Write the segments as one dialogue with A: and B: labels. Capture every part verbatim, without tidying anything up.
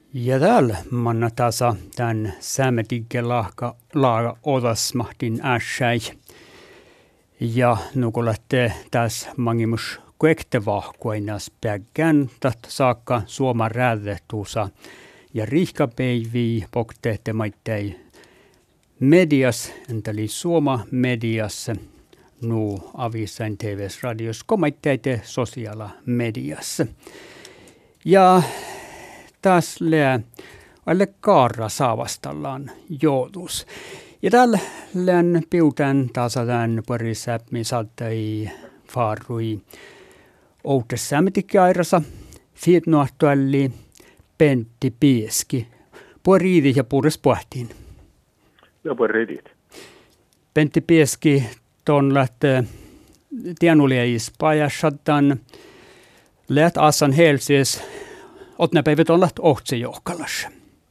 A: Ja täällä manna tasa tämän sämetikke laaka laaga odasmahtin ässäi. Ja nukulette tässä mangimus kuekte vahkoinas pägän tahto saakka Suomen räädetuusa. Ja rihkapäiviä pokteette maittei medias, enteli Suoma mediassa, nu avisain T V:s radios, komaitteite sosiaala mediassa. Ja taas lää alle kaara saavastallaan joutus. Ja täällä lään piutan taas tämän parisäpmi saattai faarui outes sämmetikkiairassa, fiitnuahtualli Pentti Pieski. Puoriidit ja puures pohtiin.
B: Joo, puoriidit.
A: Pentti Pieski ton lähtee tienuliais pajasattan läht asan helsies otna päivät on läht ohtse johkalas.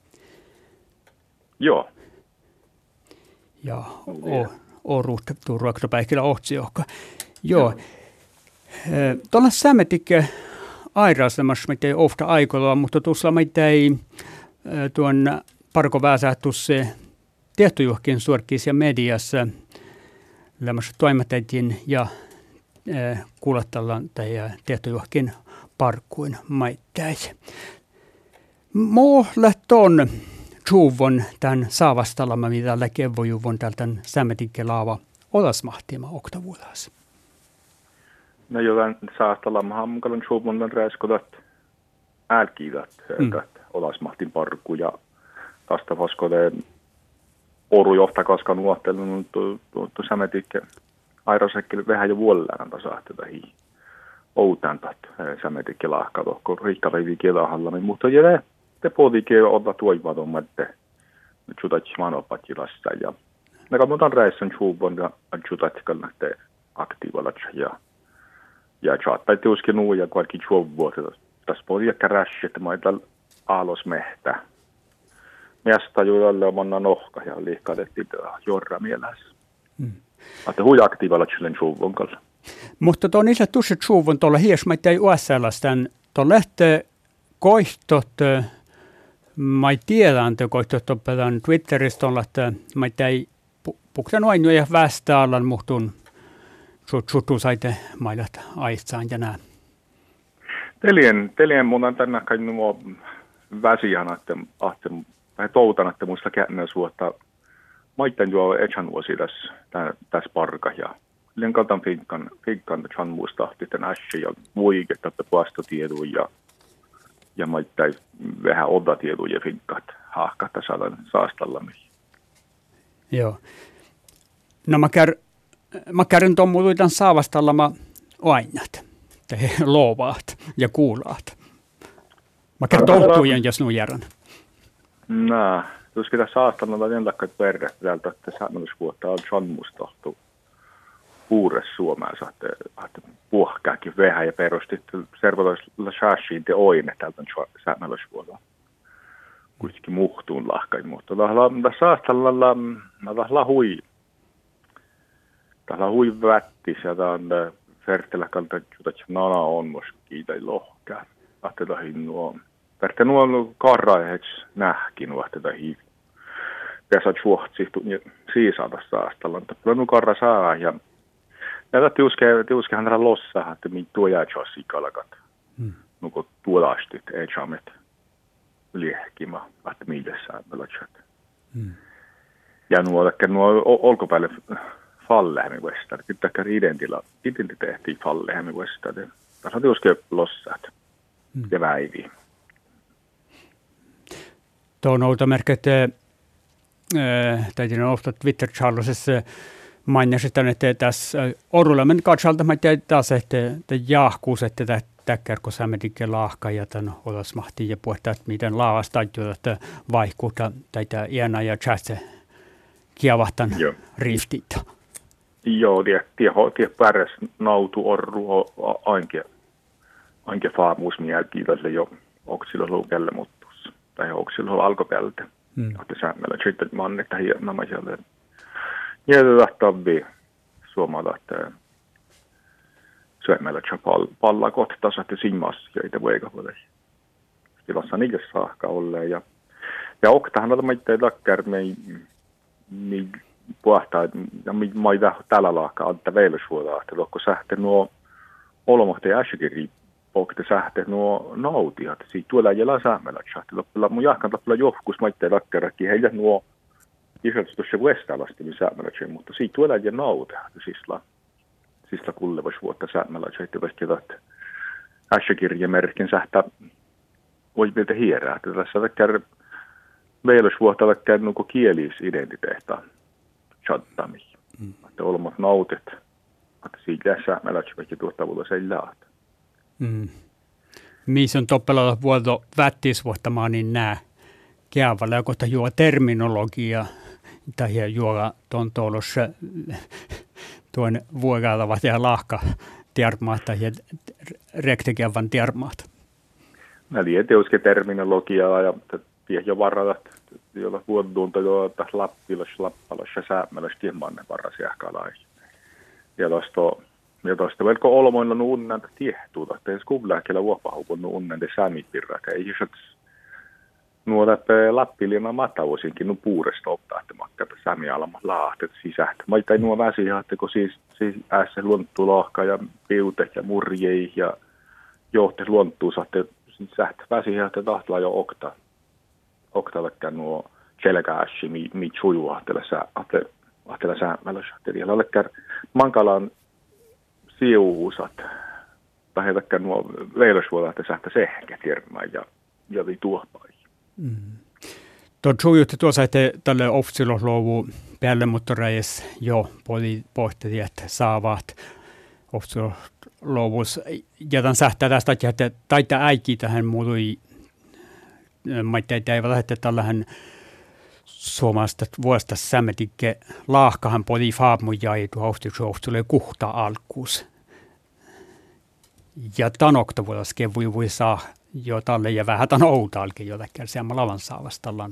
B: Joo.
A: Ja o ruhtettu ruoktopäikillä ohtse johka. Joo. Tuolla sämmetikke airaasemmassa meitä ofta aikoilla, mutta tuossa meitä ei tuon parko väsähtuisi tehtyjuhkin suorkissa mediassa lämmössä toimittajien ja kuulattellaan tai tehtyjuhkin parkkuin maittain. Mo lähtöön juuvon tämän saavastalamme, mitä läkevojuvon tältä sämmetikke laava olasmahtima oktavuudessa.
B: No jotain saastalaamahan mukaan juuvon räiskotat älkiidat, että olasmahtin parkku ja tästä vaskoteen oru johtaa koska nuottelun tuo sämetikke airasekkeli vähän jo vuollaan tasahteta hi outantat sämetikke lahka tohko riikkaveivi kielahalla mutta jää te podikke olla tuivaton että jutat manopattilasta ja ne muutan reissun juuvon ja jutat kannattaa aktiivalla ja ja chattai tiuskin nuu ja kaikki juuvot tässä podi ehkä räshit maita aalosmehtä Miasta joilla monna nohka ja liikkaadettiin jorra mielessä. Mm. Että hui aktiivalla chillen chuvon kanssa.
A: Mutta tuon isä tuossa chuvon tuolla hiesmaita ei uässälästään. Tuon lähtee koihtot, mä tiedän, että koihtot opetan Twitteristä tuolla, että mä ei puktan ainoa ja västäällän muhtun suttu saite mailat aitsaan ja nää.
B: Telien, telien mun on tänään kai nuo väsihan, että ahte vähän toutan, että muista käänneys vuotta maitten juo echan vuosi tässä, tässä parka. Ja liian kaltaan finkkan, finkkan että han muistahti tämän äsken ja voiket, että puastotiedu ja, ja maittain vähän odatiedu ja finkkat haahkata saadaan saastalla.
A: Joo. No mä, kär, mä kärin tuon muutuitan saavastalla mä ainat, te loovaat ja kuulaat. Mä kärin touttujen, jos nuo järän.
B: Nää, jos kita saastalla on jännäkkäät perre täältä, että säännöllisvuotta on John Mustahtu uures Suomeen, että puhkaakin vähän ja perustit servoloisella shashiin te oine täältä säännöllisvuotta. Kuitenkin muhtuun lahkain, mutta tässä saastalla on hui, täällä hui vättis ja tämä on vertelä kalta, että nana on moskiita ja lohkää, että nuo. Värte nuo karraihets nähkin vahteta hiivi. Pesat suohtsihtu ja siisaata saastalla. Mutta nuo karra saa ja ja tiuskehan täällä lossa, että mi tuo jää josikalakat. Hmm. Nuko tuolastit ei chamet liehkima, että miidessään pelotset. Hmm. Ja nuo että nuo olkopäälle fallehmi vestar. Kittakka identila identiteetti fallehmi vestar. Tässä on tiuske lossat hmm. ja väiviä.
A: Tuon outomerkki, että täytyy ofta Twitter-charlosessa mainitsin, että tässä Orulemen katsalta mä tein taas, että jahkuus, että täkkärko sämmetikke lahka ja tämän olasmahtiin ja puhutaan, että miten laavasta että vaihkuuta tätä iänä ja chatse kiavahtan riftit.
B: Joo, tie päräs nautu orru ainakin ainakin faamuus mielkiitälle jo oksilla lukelle, mutta tai onko silloin alkopeltä. Mm. Että säännöllä sitten mannetta hienoma sieltä. Jätetään tabbi suomalla, että syömällä palla kohtaansa, että simmas ja itse voika voi. tilassa niille saakka olleen. Ja, ja oktahan on maittain takkar, mi puhtaa, ja mi maita tällä laakka antaa veilusvuodaa, että kun sähte nuo olomahteen äskekin pokte sähte nuo nautiat, siitä tuolla jäljellä säämälät, että mun jahkan loppilla johkus maittain takkarakin, heille nuo isolta tuossa vuestalasti, niin säämälät, mutta siitä tuolla jäljellä nautia, sisla, sisla kullevas vuotta säämälät, että vaikka äskekin sähtä voi miltä hierää, että tässä takkar veilusvuotta takkar nuko kielisidentiteettä chattami. Mm. Että olemat nautet, että siitä säämälät, vaikka tuottavuudella se ei laata.
A: Mm. Missä on toppelalla vuoto vättisvuottamaan, niin nää keävällä ja kohta juo terminologia, tai juoda tuon tuollaisen tuon vuoraalavat ja lahka tiarmaat tai rektekeävän tiarmaat.
B: Mä liian teoske terminologiaa ja jo varata, jolla vuotuunta jo tässä lappilas, lappalas ja säämäläs tiemannen varasi ähkälai. Ja tuosta Ja tuosta velko olmoilla nuunnan tiehtuuta, että ei skuvlääkellä vuopahukun nuunnan te säämipirraka. Ei jos nuo läpi lappiliina matavuusinkin nu puuresta optaattamakka, että säämialama laahtet sisähtä. Maita ei nuo väsihahte, kun siis, siis ässä luontulahka ja piutet ja murjei ja johtes luontuu saatte sisähtä. Väsihahte tahtla jo okta. Oktallekkään nuo selkäässi, mi, mi tsujuu ahtele säämälös. Eli olekkään mankalaan siuusat, tai heidäkään nuo veilusvuodat, että sähtä sehkä tiedämään ja jävi tuohpai.
A: Mm. Tuo sujutti tuossa, että tälle offisilosluovu päälle, mutta reis jo poli pohti, että saavat offisilosluovus. Jätän sähtää tästä, että taita äikki tähän muutui, maitteita ei välttämättä tällainen suomalaista vuosta sämmetikke laahkahan poli faapmu jäi tuohon offisilosluovulle kuhta alkuus. Ja tanokta vuodessa voi voi saa jo talle ja vähän tan outalkin jotakin siellä lavan saavastallaan.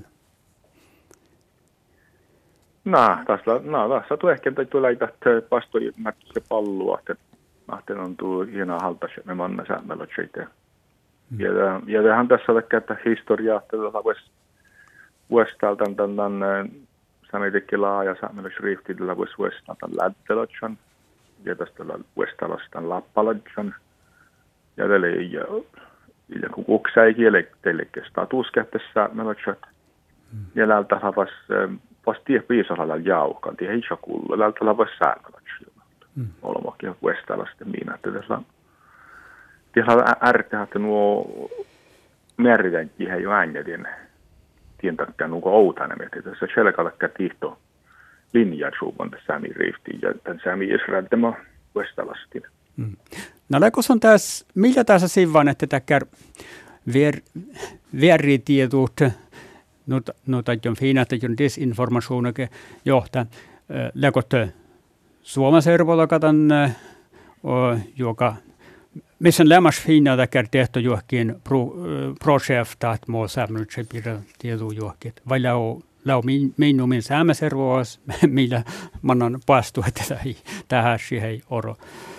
B: No, tässä no, tässä tu ehkä tulee tästä pastoi se pallua, että mahten on tullut hienoa halta se me manna säämällä cheite. Ja ja tähän tässä vaikka että historiaa tällä vuodessa vuostalta tämän samitikilaa ja säämällä schriftillä vuostalta lättelotsan ja tästä vuostalasta lappalotsan. Ja tälle ja ja kun kuksai kiele teille status kätessä melodit. Ja läältä havas vast tie piisalla jaukan tie ei kuulu läältä havas säännöt. Olemakin Westalasta minä että tässä siellä ärtää että nuo määritänkin ei äänedin tientäkään nuo outana että tässä selkälläkään tihto linjaa suupan tässä mi rifti ja tämän sami Israeltema Westalastin.
A: Mm. No läkos on tässä, millä tässä sivan, että täkkär vieritietut, no tajun fina, tajun disinformationake johtaa, läkot suomaservolla katan, joka, missä on lämmäs fina täkkär tehty johonkin pro-chefta, että muu säämmöllä pidä tietu johonkin, vai lau, lau minun säämäservoas, millä mannan pastu, että tähän ei oro.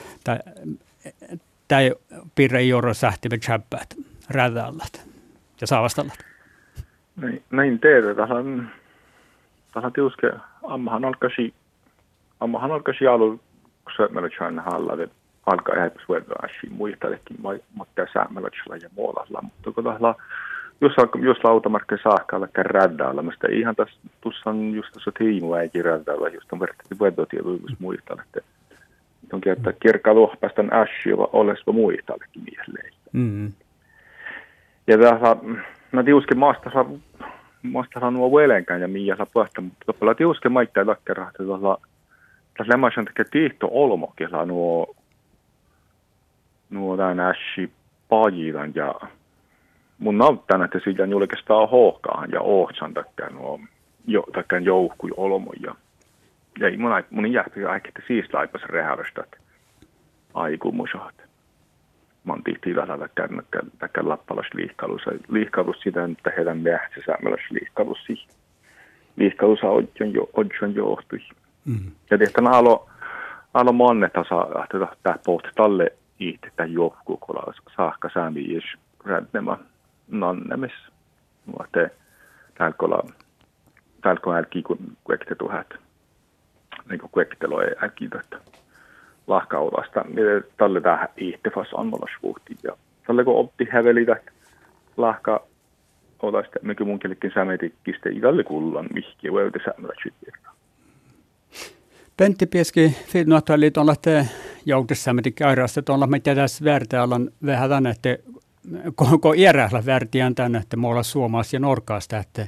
A: Tämä piirre ei ole sähtivät säppäät, rädällat ja saavastallat.
B: Näin, näin tehdään. Tässä on, tässä on tiuske, ammahan alkaisi, ammahan alkaisi alu, kun säämälötsään halla, että alkaa ehäpäs vedäisi muistallekin, mutta säämälötsellä ja muualla. Mutta kun tässä jos, jos lautamarkkeen saakka alkaa rädällä, mutta ihan tässä, tuossa on just tässä tiimua eikin rädällä, just on verrattavasti vedotieluivus muistalle, onkin, että kirkkailu päästään äskeä olesva muistallekin mieleen.
A: Mm-hmm.
B: Ja tässä, no tiuske maasta saa nuo velenkään ja miä saa päästä, mutta toppella tiuske maittaa takkerah, että tässä lämmäisen tekee tihto olmokin, nuo, nuo tämän äskeä pajitan ja mun nauttaa, että siitä on julkistaan hohkaan ja ohtsan takkään nuo, jo, takkään jouhkuja olmoja. Ja mun, mun jääpä jo äkkiä siis laipas rehävästä, että aikumusat. Mä oon tihti tällä täkkään lappalas liikkalus. Liikkalus sitä, että heidän lähtee säämälläs liikkalus siihen. Liikkalus on odjon johtui. Mm. Ja tehtävän alo, alo mannetta saa, että tämä pohti talle itse tämän johkuukolla saakka säämiis rädnemä. nannemis. Mutta täällä täällä on älki kuekte tuhat. Niin kuin kuektelo ei älki tätä lahkaudasta. Tälle tähän ihtefas annolasvuhtiin. Ja tälle kun opti hävelitä lahka odasta, mikä mun kielikin sämetikkistä idalle kullan mihkiä voivat sämmöllä syttirtaa.
A: Pentti Pieski, Finnatali tuolla te joutissämetikki airasta tuolla me tässä värtäällä vähän tänne, että koko iärähllä värtiään tänne, että me ollaan Suomessa ja Norkaasta, että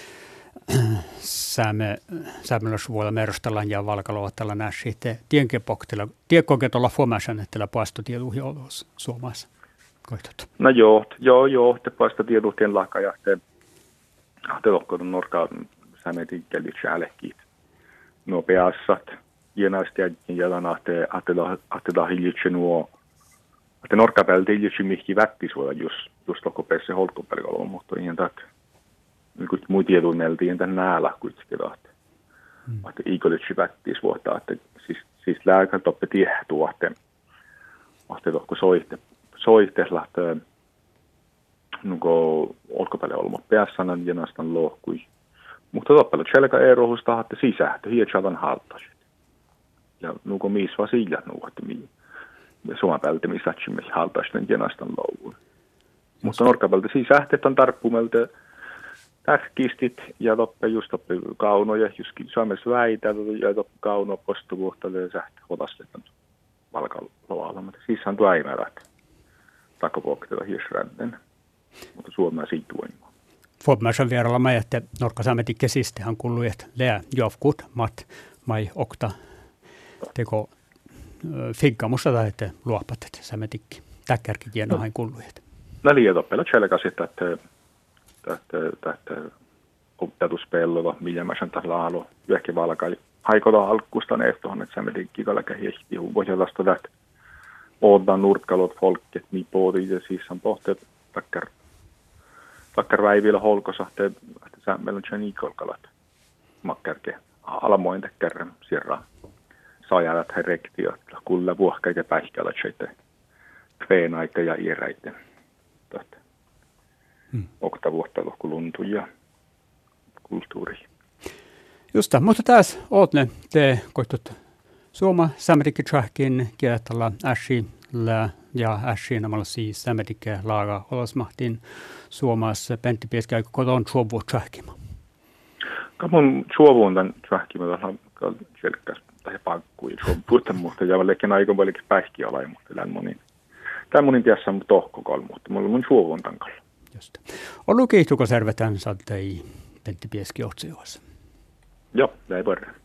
A: säämme säämmellä suvuilla merustellaan ja valkalovattella näin sitten tienkepoktella, tiekokeet olla fomäsän, että paastotieduhi olossa Suomessa. Koitot.
B: No joo, joo, joo, te paastotieduhien lahkajahteen, te lohkoidun Norkaan sämetikkelit säälekkiit. No peassat, jenästi ja jätän ahte, ahte hiljitse nuo, ahte Norkapäällä hiljitse mihki vättisvoilla just, just lohkopeessa holkkopelikolla, mutta ihan takia. Niin muu tiedon meltiin tämän näällä kuitenkin tahti. Mm. Ahte iikolitse vättisvuotta, että siis, siis lääkän toppe tiehtuu, ahte, ahte lohko soihte, soihtes lähtee nuko olkopäälle olmat peassana jenästän lohkui. Mutta toppelu selkä ei rohusta haatte sisähtö, hietsaavan haltasit. Ja nuko miis vaan sillä nuuhti, me Suomen päältä missä satsimme haltaisten jenastan louun. Mutta norkapältä sisähtet on tarppumelta tärkistit ja toppe just toppe kaunoja, just Suomessa väitä ja toppe kauno postuvuhtalle ja sähtä hodastetan valkalovalla. Mutta sisään tuo äimärät takapuoktella hiesränden, mutta Suomea siitä voimaa.
A: Fobmärsän vieralla mä että Norkka-Saametin kesistehän kuului, että lää jovkut, mat, mai okta, teko finkkamusta tai että luopat, että Saametikki. Täkkärki kienohain kuului.
B: No liian toppella selkäsi, että että opetuspelloa, millä mä sen tällä alo, yhäkin valkai. Haikola alkusta ehtohan, että Saametikki kalka hiehti huvoiselasta, että oodaan nurkkalot, folket, niin pohdit ja siis on pohteet takkar. Takkar väivillä holkossa, että meillä on sen ikolkalat makkärke alamoin tekkerän sirra saajalat herektiot, kulla vuohkaita ja päihkälat seitä kveenaita ja iäräitä. Hmm. Okta vuotta lohku luntu ja kulttuuri.
A: Justa, mutta tässä ootne te koittut Suoma Saametikki-tsähkin kieltällä äsi ja äsi namalla siis Saametikki laaga olasmahtiin Suomessa Pentti Pieski aika koton suovuun tsähkimä.
B: Mun suovuun tämän tsähkimä tuolla selkäs tai pankkuun suovuun, mutta jälleen aika paljon päihkialai, mutta tämän monin. Tämän monin tiessä on tohkokal, mutta mulla mun suovuun tämän kalla.
A: Just. On lukiihtuko servetään saattai Pentti Pieski otsijoissa?
B: Joo, ei voida.